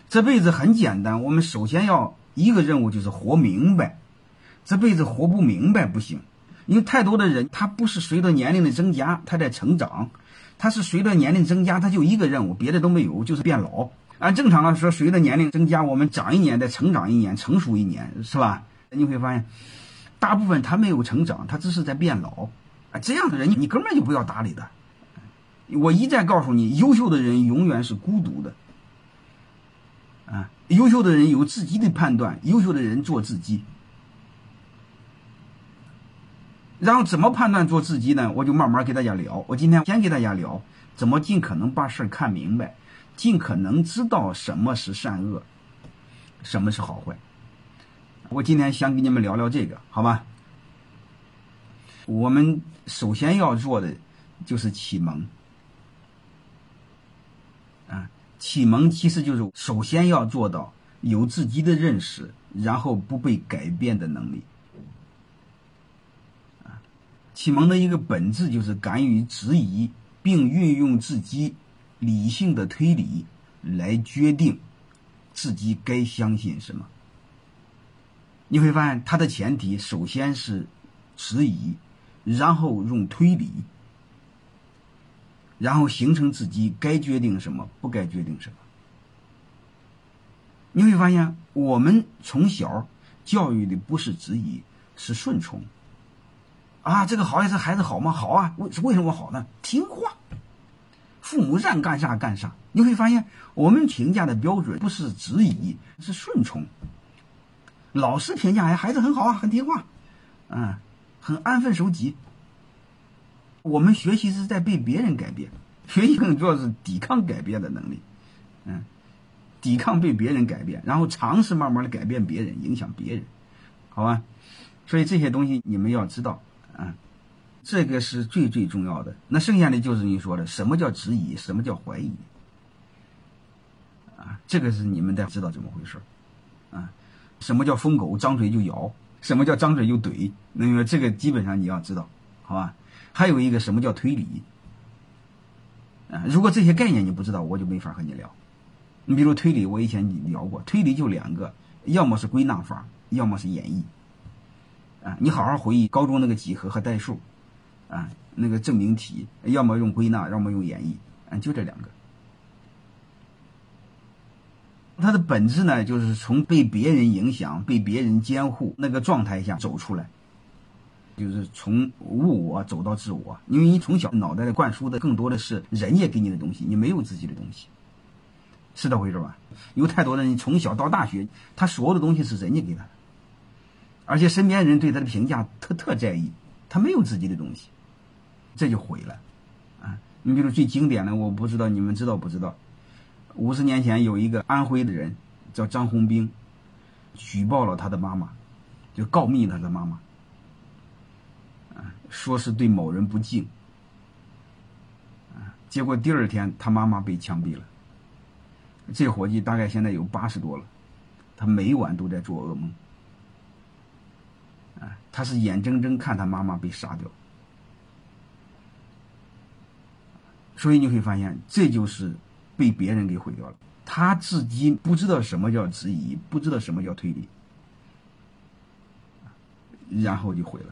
这辈子很简单，我们首先要一个任务就是活明白。这辈子活不明白不行，因为太多的人他不是随着年龄的增加他在成长，他是随着年龄增加他就一个任务，别的都没有，就是变老。按正常来说，随着年龄增加，我们长一年再成长一年，成熟一年，是吧？你会发现大部分他没有成长，他只是在变老。这样的人你根本就不要搭理他。我一再告诉你，优秀的人永远是孤独的。优秀的人有自己的判断，优秀的人做自己。然后怎么判断做自己呢？我就慢慢给大家聊。我今天先给大家聊怎么尽可能把事看明白，尽可能知道什么是善恶，什么是好坏。我今天想跟你们聊聊这个，好吧？我们首先要做的就是启蒙。启蒙其实就是首先要做到有自己的认识，然后不被改变的能力。启蒙的一个本质就是敢于质疑，并运用自己理性的推理来决定自己该相信什么。你会发现它的前提首先是质疑，然后用推理，然后形成自己该决定什么，不该决定什么。你会发现我们从小教育的不是质疑，是顺从。这个好还是孩子好吗？好啊，为什么好呢？听话，父母让干啥干啥。你会发现我们评价的标准不是质疑，是顺从。老师评价孩子很好啊，很听话，很安分守己。我们学习是在被别人改变，学习更主要是抵抗改变的能力，抵抗被别人改变，然后尝试慢慢的改变别人，影响别人，好吧？所以这些东西你们要知道。这个是最最重要的。那剩下的就是你说的什么叫质疑，什么叫怀疑这个是你们得知道怎么回事什么叫疯狗张嘴就咬，什么叫张嘴就怼，那么这个基本上你要知道，好吧？还有一个什么叫推理如果这些概念你不知道，我就没法和你聊。你比如推理，我以前聊过，推理就两个，要么是归纳法，要么是演绎你好好回忆高中那个几何和代数那个证明题，要么用归纳，要么用演绎就这两个。它的本质呢，就是从被别人影响、被别人监护那个状态下走出来，就是从物我走到自我。因为你从小脑袋里灌输的更多的是人家给你的东西，你没有自己的东西，是这回事吧？有太多的人从小到大学，他所有的东西是人家给他的，而且身边人对他的评价特在意，他没有自己的东西，这就毁了你比如最经典的，我不知道你们知道不知道，50年前有一个安徽的人叫张宏兵，举报了他的妈妈，就告密他的妈妈说是对某人不敬结果第二天他妈妈被枪毙了。这伙计大概现在有80多了，他每晚都在做噩梦他是眼睁睁看他妈妈被杀掉。所以你会发现这就是被别人给毁掉了，他自己不知道什么叫质疑，不知道什么叫推理，然后就毁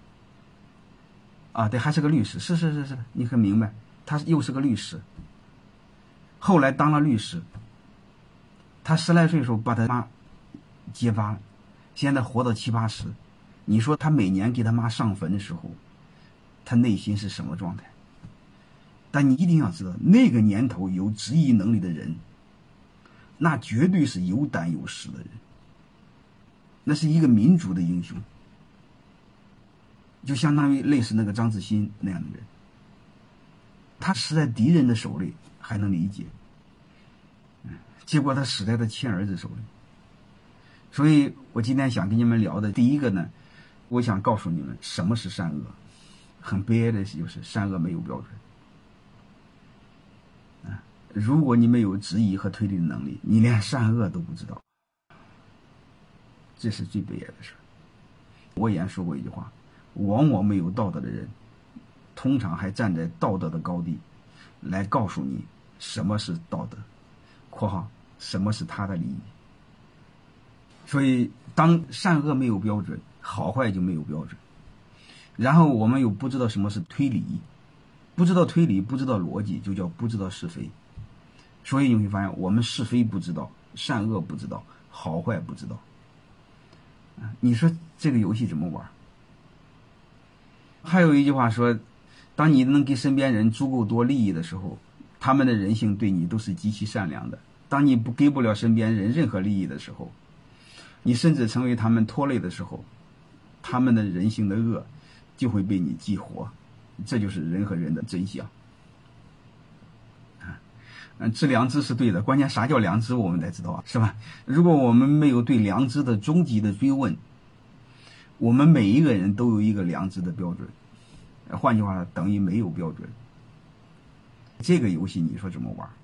了对，还是个律师，是，你很明白，他又是个律师，后来当了律师，他10来岁的时候把他妈揭发了，现在活到70、80，你说他每年给他妈上坟的时候，他内心是什么状态？但你一定要知道，那个年头有质疑能力的人，那绝对是有胆有识的人，那是一个民族的英雄，就相当于类似那个张志新那样的人，他死在敌人的手里还能理解，结果他死在他亲儿子手里。所以我今天想跟你们聊的第一个呢，我想告诉你们什么是善恶。很悲哀的就是善恶没有标准如果你没有质疑和推理的能力，你连善恶都不知道，这是最悲哀的事。我以前说过一句话，往往没有道德的人，通常还站在道德的高地来告诉你什么是道德（括号什么是他的利益。所以当善恶没有标准，好坏就没有标准。然后我们又不知道什么是推理，不知道推理，不知道逻辑，就叫不知道是非。所以你会发现，我们是非不知道，善恶不知道，好坏不知道。你说这个游戏怎么玩？还有一句话说，当你能给身边人足够多利益的时候，他们的人性对你都是极其善良的。当你给不了身边人任何利益的时候，你甚至成为他们拖累的时候，他们的人性的恶就会被你激活。这就是人和人的真相。知良知是对的，关键啥叫良知我们得知道啊，是吧？如果我们没有对良知的终极的追问，我们每一个人都有一个良知的标准，换句话等于没有标准。这个游戏你说怎么玩？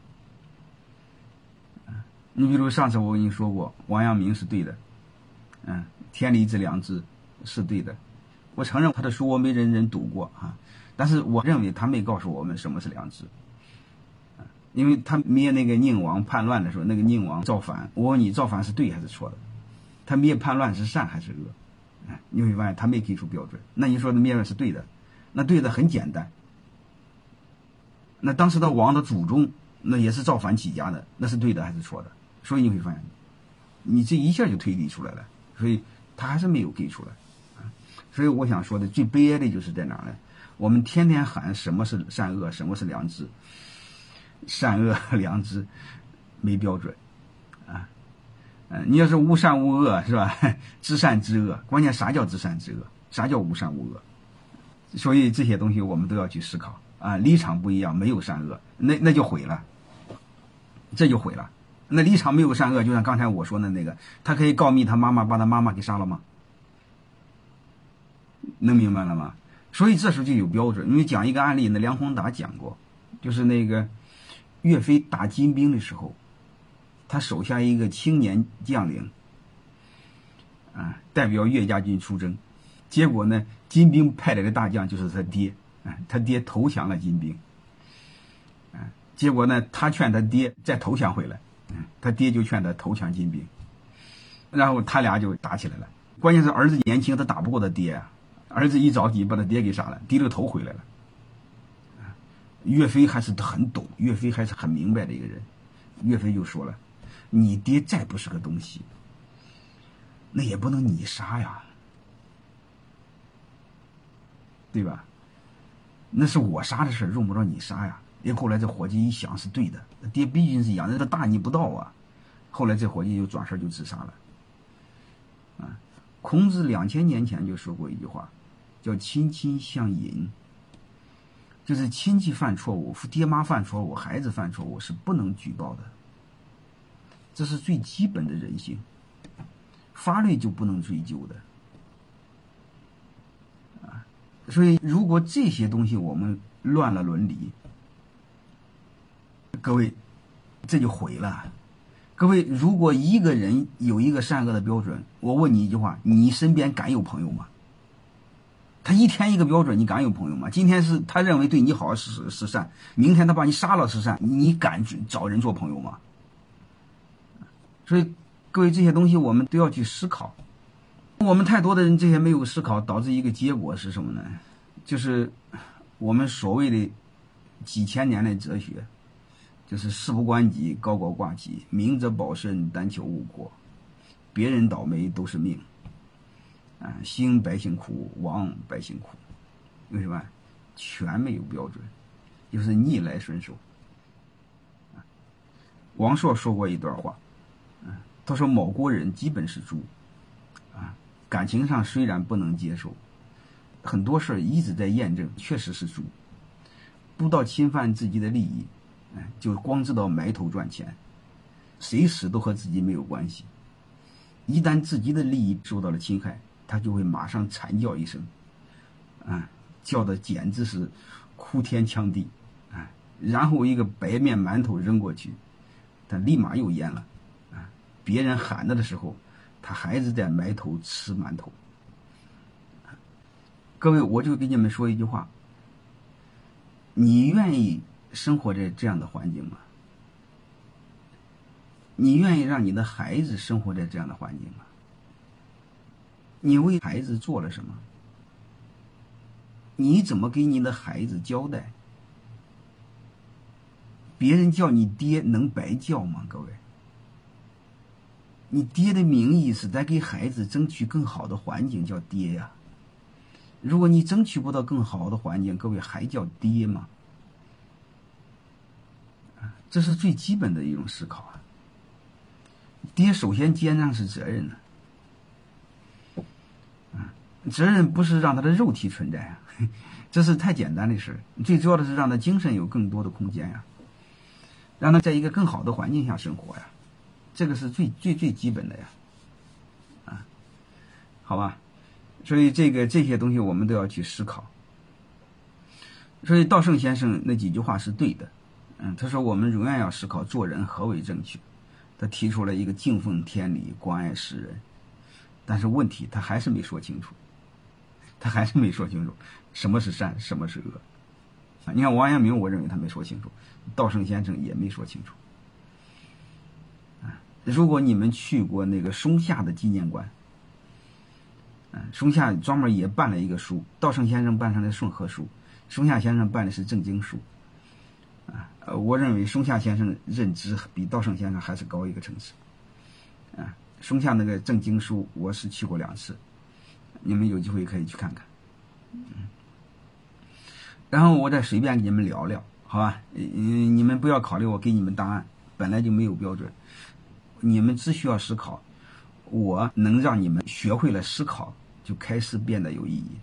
你比如上次我跟你说过，王阳明是对的，天理之良知是对的。我承认他的书我没认真读过啊，但是我认为他没告诉我们什么是良知。因为他灭那个宁王叛乱的时候，那个宁王造反，我问你造反是对还是错的？他灭叛乱是善还是恶？你会发现他没给出标准。那你说的灭乱是对的，那对的很简单。那当时的王的祖宗那也是造反起家的，那是对的还是错的？所以你会发现，你这一下就推理出来了。所以他还是没有给出来。所以我想说的最悲哀的就是在哪呢？我们天天喊什么是善恶，什么是良知。善恶良知没标准啊，你要是无善无恶是吧？知善知恶，关键啥叫知善知恶？啥叫无善无恶？所以这些东西我们都要去思考啊。立场不一样，没有善恶，那就毁了，这就毁了。那立场没有善恶，就像刚才我说的那个，他可以告密他妈妈，把他妈妈给杀了吗？能明白了吗？所以这时候就有标准。因为讲一个案例，那梁宏达讲过，就是那个岳飞打金兵的时候，他手下一个青年将领代表岳家军出征，结果呢，金兵派来的大将就是他爹，他爹投降了金兵，结果呢，他劝他爹再投降回来，他爹就劝他投降金兵，然后他俩就打起来了。关键是儿子年轻，他打不过他爹啊，儿子一着急把他爹给杀了，低着头回来了。岳飞还是很懂，岳飞还是很明白的一个人。岳飞就说了，你爹再不是个东西，那也不能你杀呀，对吧？那是我杀的事，用不着你杀呀。后来这伙计一想是对的，爹毕竟是养着他大逆不道啊。后来这伙计就转身就自杀了。孔子2000年前就说过一句话，叫亲亲相隐，就是亲戚犯错误，爹妈犯错误，孩子犯错误是不能举报的，这是最基本的人性，法律就不能追究的。所以如果这些东西我们乱了伦理，各位这就毁了。各位，如果一个人有一个善恶的标准，我问你一句话，你身边敢有朋友吗？他一天一个标准，你敢有朋友吗？今天是他认为对你好是善，明天他把你杀了是善，你敢找人做朋友吗？所以各位，这些东西我们都要去思考。我们太多的人这些没有思考，导致一个结果是什么呢？就是我们所谓的几千年的哲学，就是事不关己，高高挂起，明哲保身，但求无过，别人倒霉都是命，兴百姓苦，亡百姓苦，为什么？全没有标准，就是逆来顺受。王朔说过一段话，他说某国人基本是猪，感情上虽然不能接受，很多事一直在验证确实是猪，不到侵犯自己的利益，就光知道埋头赚钱，谁死都和自己没有关系。一旦自己的利益受到了侵害，他就会马上惨叫一声，叫的简直是哭天抢地，然后一个白面馒头扔过去，他立马又淹了，别人喊他的时候，他还是在埋头吃馒头。各位，我就给你们说一句话，你愿意生活在这样的环境吗？ 你愿意让你的孩子生活在这样的环境吗？你为孩子做了什么？你怎么给你的孩子交代？别人叫你爹能白叫吗？各位，你爹的名义是在给孩子争取更好的环境，叫爹呀。如果你争取不到更好的环境，各位还叫爹吗？这是最基本的一种思考啊。爹首先肩上是责任呢，责任不是让他的肉体存在啊，这是太简单的事。最主要的是让他精神有更多的空间呀，让他在一个更好的环境下生活呀，这个是最基本的呀，啊，好吧。所以这些东西我们都要去思考。所以稻盛先生那几句话是对的，他说我们永远要思考做人何为正确。他提出了一个敬奉天理，关爱世人，但是问题他还是没说清楚，什么是善，什么是恶。你看王阳明，我认为他没说清楚，稻盛先生也没说清楚。如果你们去过那个松下的纪念馆，松下专门也办了一个书，稻盛先生办上的顺和书，松下先生办的是正经书。我认为松下先生认知比稻盛先生还是高一个层次。松下那个正经书我是去过2次，你们有机会可以去看看。然后我再随便跟你们聊聊，好吧？你们不要考虑我给你们答案，本来就没有标准，你们只需要思考，我能让你们学会了思考，就开始变得有意义。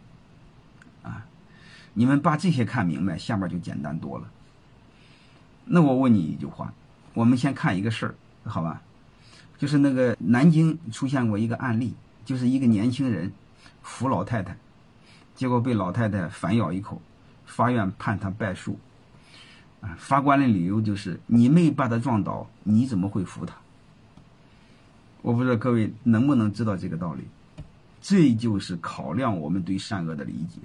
你们把这些看明白，下面就简单多了。那我问你一句话，我们先看一个事儿，好吧？就是那个南京出现过一个案例，就是一个年轻人扶老太太，结果被老太太反咬一口，法院判他败诉。法官的理由就是你没把他撞倒，你怎么会扶他？我不知道各位能不能知道这个道理，这就是考量我们对善恶的理解。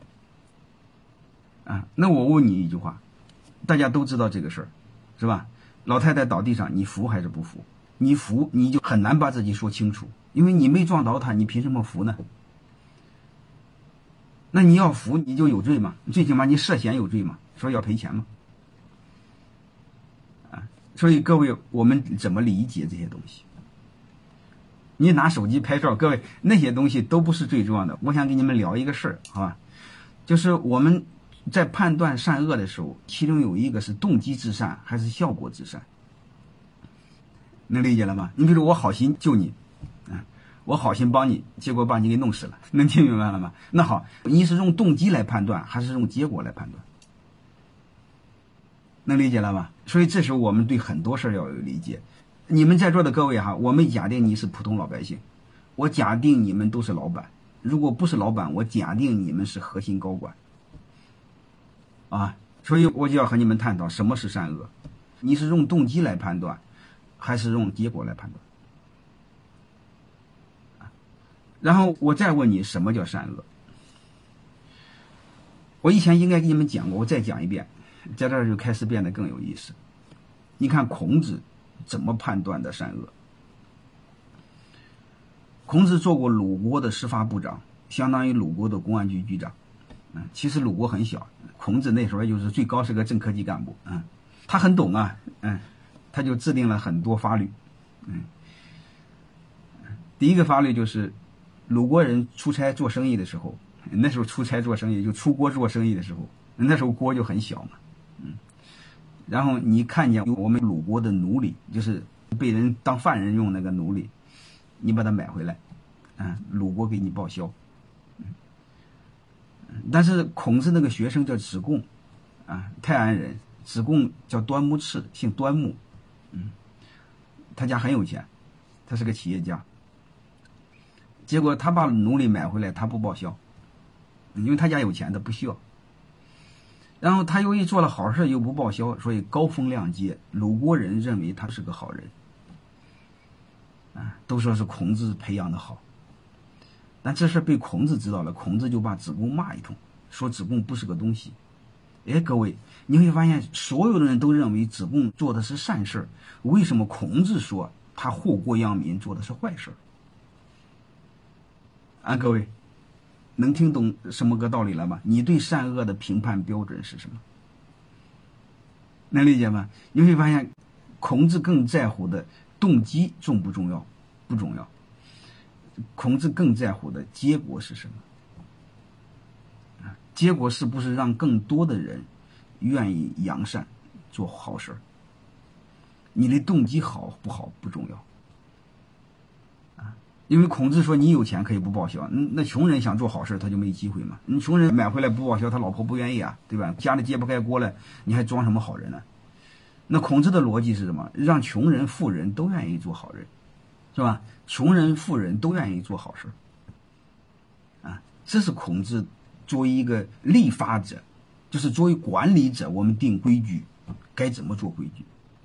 那我问你一句话，大家都知道这个事儿，是吧？老太太倒地上，你扶还是不扶？你扶，你就很难把自己说清楚，因为你没撞倒她，你凭什么扶呢？那你要扶，你就有罪嘛，最起码你涉嫌有罪嘛，说要赔钱嘛。所以各位，我们怎么理解这些东西？你拿手机拍照，各位那些东西都不是最重要的。我想跟你们聊一个事儿，好吧？就是我们在判断善恶的时候，其中有一个是动机至善还是效果至善，能理解了吗？你比如我好心救你，我好心帮你，结果把你给弄死了，能听明白了吗？那好，你是用动机来判断还是用结果来判断？能理解了吗？所以这时候我们对很多事儿要有理解。你们在座的各位哈，我们假定你是普通老百姓，我假定你们都是老板，如果不是老板，我假定你们是核心高管。所以我就要和你们探讨什么是善恶，你是用动机来判断还是用结果来判断？然后我再问你什么叫善恶。我以前应该给你们讲过，我再讲一遍，在这儿就开始变得更有意思。你看孔子怎么判断的善恶？孔子做过鲁国的司法部长，相当于鲁国的公安局局长。其实鲁国很小，孔子那时候就是最高是个正科级干部。他很懂啊，他就制定了很多法律。第一个法律就是鲁国人出差做生意的时候，那时候出差做生意就出国做生意的时候，那时候国就很小嘛。然后你看见我们鲁国的奴隶，就是被人当犯人用那个奴隶，你把它买回来，鲁国给你报销。但是孔子那个学生叫子贡，泰安人，子贡叫端木赐，姓端木，他家很有钱，他是个企业家。结果他把奴隶买回来，他不报销，因为他家有钱，他不需要。然后他由于做了好事又不报销，所以高风亮节，鲁国人认为他是个好人，都说是孔子培养的好。但这事被孔子知道了，孔子就把子贡骂一通，说子贡不是个东西。 哎，各位，你会发现所有的人都认为子贡做的是善事，为什么孔子说他祸国殃民做的是坏事？啊，各位，能听懂什么个道理了吗？你对善恶的评判标准是什么？能理解吗？你会发现，孔子更在乎的动机重不重要？不重要。孔子更在乎的结果是什么？结果是不是让更多的人愿意扬善做好事？你的动机好不好不重要。因为孔子说你有钱可以不报销，那穷人想做好事他就没机会嘛。你穷人买回来不报销，他老婆不愿意啊，对吧？家里揭不开锅来，你还装什么好人呢？那孔子的逻辑是什么？让穷人富人都愿意做好人，是吧？穷人富人都愿意做好事啊，这是孔子作为一个立法者，就是作为管理者，我们定规矩该怎么做规矩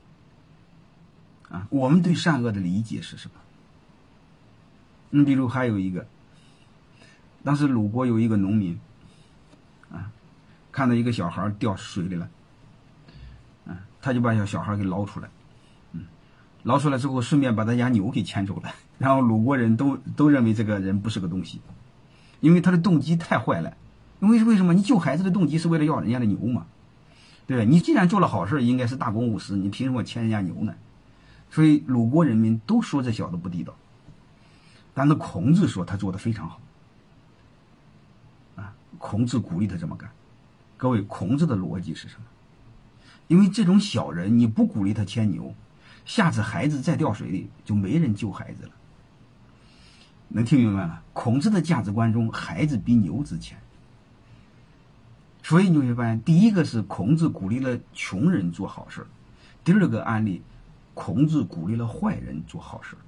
啊？我们对善恶的理解是什么？你比如还有一个，当时鲁国有一个农民啊，看到一个小孩掉水里了，他就把小孩给捞出来，捞出来之后顺便把他家牛给牵走了，然后鲁国人都认为这个人不是个东西，因为他的动机太坏了。因为什么？你救孩子的动机是为了要人家的牛嘛，对吧？你既然做了好事，应该是大公无私，你凭什么牵人家牛呢？所以鲁国人民都说这小子不地道，但是孔子说他做的非常好啊，孔子鼓励他这么干。各位，孔子的逻辑是什么？因为这种小人你不鼓励他牵牛，下次孩子再掉水里就没人救孩子了。能听明白吗？孔子的价值观中，孩子比牛值钱。所以你会发现，第一个是孔子鼓励了穷人做好事，第二个案例，孔子鼓励了坏人做好事。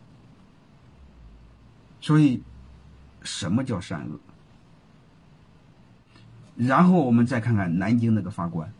所以，什么叫善恶？然后我们再看看南京那个法官，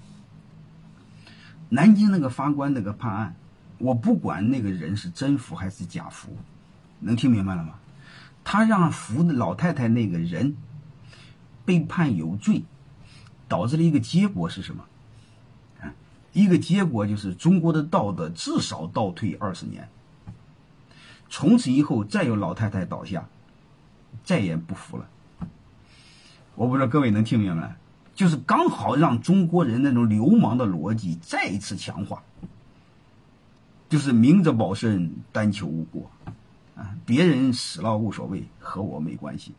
南京那个法官那个判案，我不管那个人是真服还是假服，能听明白了吗？他让服的老太太那个人被判有罪，导致了一个结果是什么？一个结果就是中国的道德至少倒退20年，从此以后再有老太太倒下，再也不服了。我不知道各位能听明白，就是刚好让中国人那种流氓的逻辑再一次强化，就是明哲保身，单求无过啊，别人死了无所谓，和我没关系。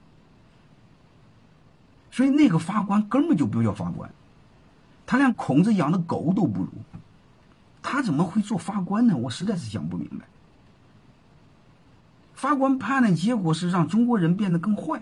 所以那个法官根本就不叫法官，他连孔子养的狗都不如，他怎么会做法官呢？我实在是想不明白。法官判的结果是让中国人变得更坏，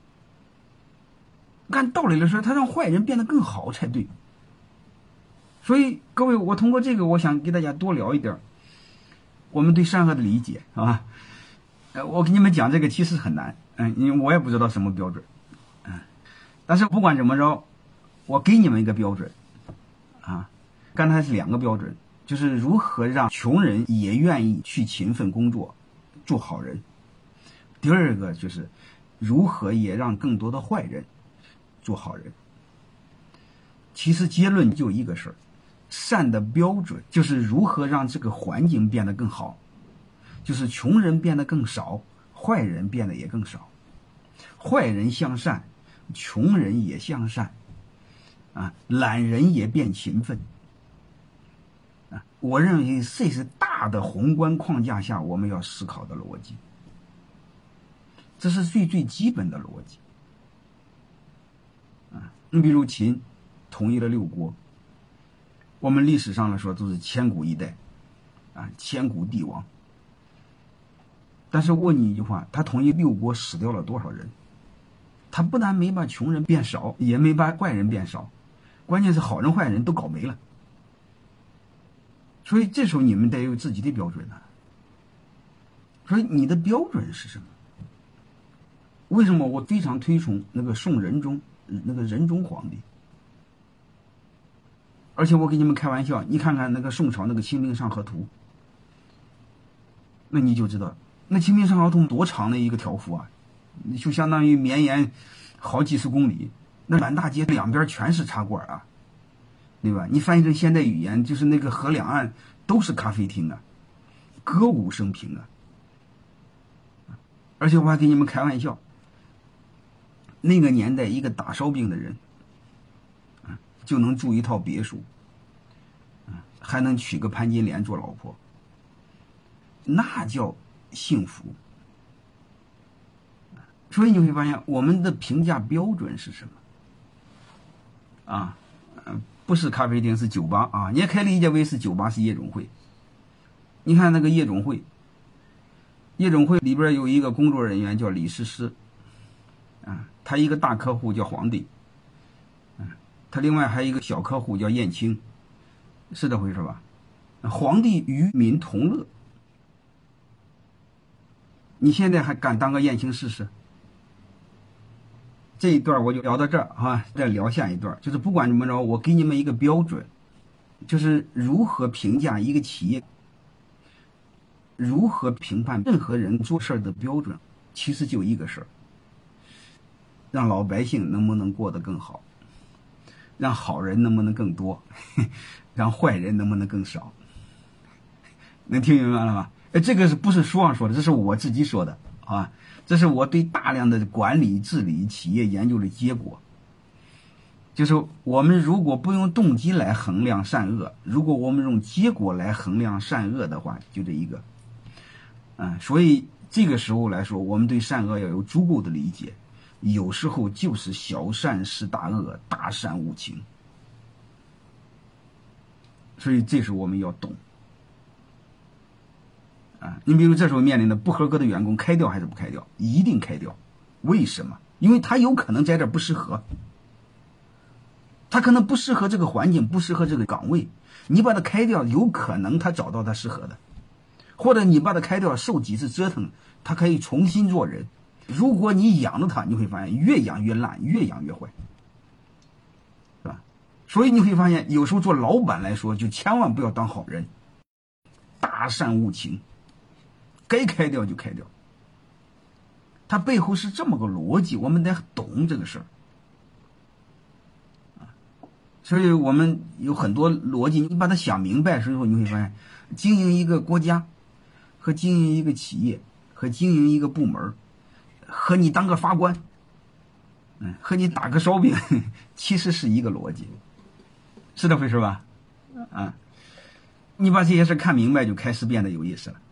按道理来说，他让坏人变得更好才对。所以各位，我通过这个，我想给大家多聊一点我们对善恶的理解，好吧？我跟你们讲这个其实很难，因为我也不知道什么标准，但是不管怎么着，我给你们一个标准，刚才是2个标准，就是如何让穷人也愿意去勤奋工作，做好人。第二个就是如何也让更多的坏人做好人。其实结论就一个事儿，善的标准就是如何让这个环境变得更好，就是穷人变得更少，坏人变得也更少，坏人向善，穷人也向善，懒人也变勤奋。我认为这是大的宏观框架下我们要思考的逻辑，这是最基本的逻辑。你比如秦统一了6国，我们历史上来说都是千古一代，千古帝王。但是问你一句话，他统一6国死掉了多少人？他不但没把穷人变少，也没把坏人变少，关键是好人坏人都搞没了。所以这时候你们得有自己的标准呢。所以你的标准是什么？为什么我非常推崇那个宋仁宗，那个仁宗皇帝？而且我给你们开玩笑，你看看那个宋朝那个《清明上河图》，那你就知道，那《清明上河图》多长的一个条幅啊，就相当于绵延好几十公里，那满大街2边全是茶馆啊， 对吧？你翻译成现代语言，就是那个河两岸都是咖啡厅啊，歌舞升平啊。而且我还给你们开玩笑，那个年代一个打烧饼的人，就能住一套别墅，还能娶个潘金莲做老婆，那叫幸福。所以你会发现，我们的评价标准是什么？不是咖啡厅，是酒吧啊！你也可以理解为是酒吧，是夜总会。你看那个夜总会，夜总会里边有一个工作人员叫李师师，他一个大客户叫皇帝，他另外还有一个小客户叫燕青，是这回事吧？皇帝与民同乐，你现在还敢当个燕青试试？这一段我就聊到这儿啊，再聊下一段，就是不管怎么着，我给你们一个标准，就是如何评价一个企业，如何评判任何人做事的标准，其实就一个事儿，让老百姓能不能过得更好，让好人能不能更多，让坏人能不能更少。能听明白了吗？这个不是书上说的，这是我自己说的啊，这是我对大量的管理治理企业研究的结果。就是我们如果不用动机来衡量善恶，如果我们用结果来衡量善恶的话，就这一个。所以这个时候来说，我们对善恶要有足够的理解，有时候就是小善是大恶，大善无情。所以这是我们要懂。你比如这时候面临的不合格的员工，开掉还是不开掉？一定开掉。为什么？因为他有可能在这不适合，他可能不适合这个环境，不适合这个岗位。你把他开掉，有可能他找到他适合的，或者你把他开掉，受几次折腾，他可以重新做人。如果你养着他，你会发现越养越烂，越养越坏，是吧？所以你会发现，有时候做老板来说，就千万不要当好人，大善无情。该开掉就开掉，它背后是这么个逻辑，我们得懂这个事儿。所以我们有很多逻辑，你把它想明白之后，你会发现，经营一个国家，和经营一个企业，和经营一个部门，和你当个法官，和你打个烧饼，其实是一个逻辑，是这回事吧？你把这些事看明白，就开始变得有意思了。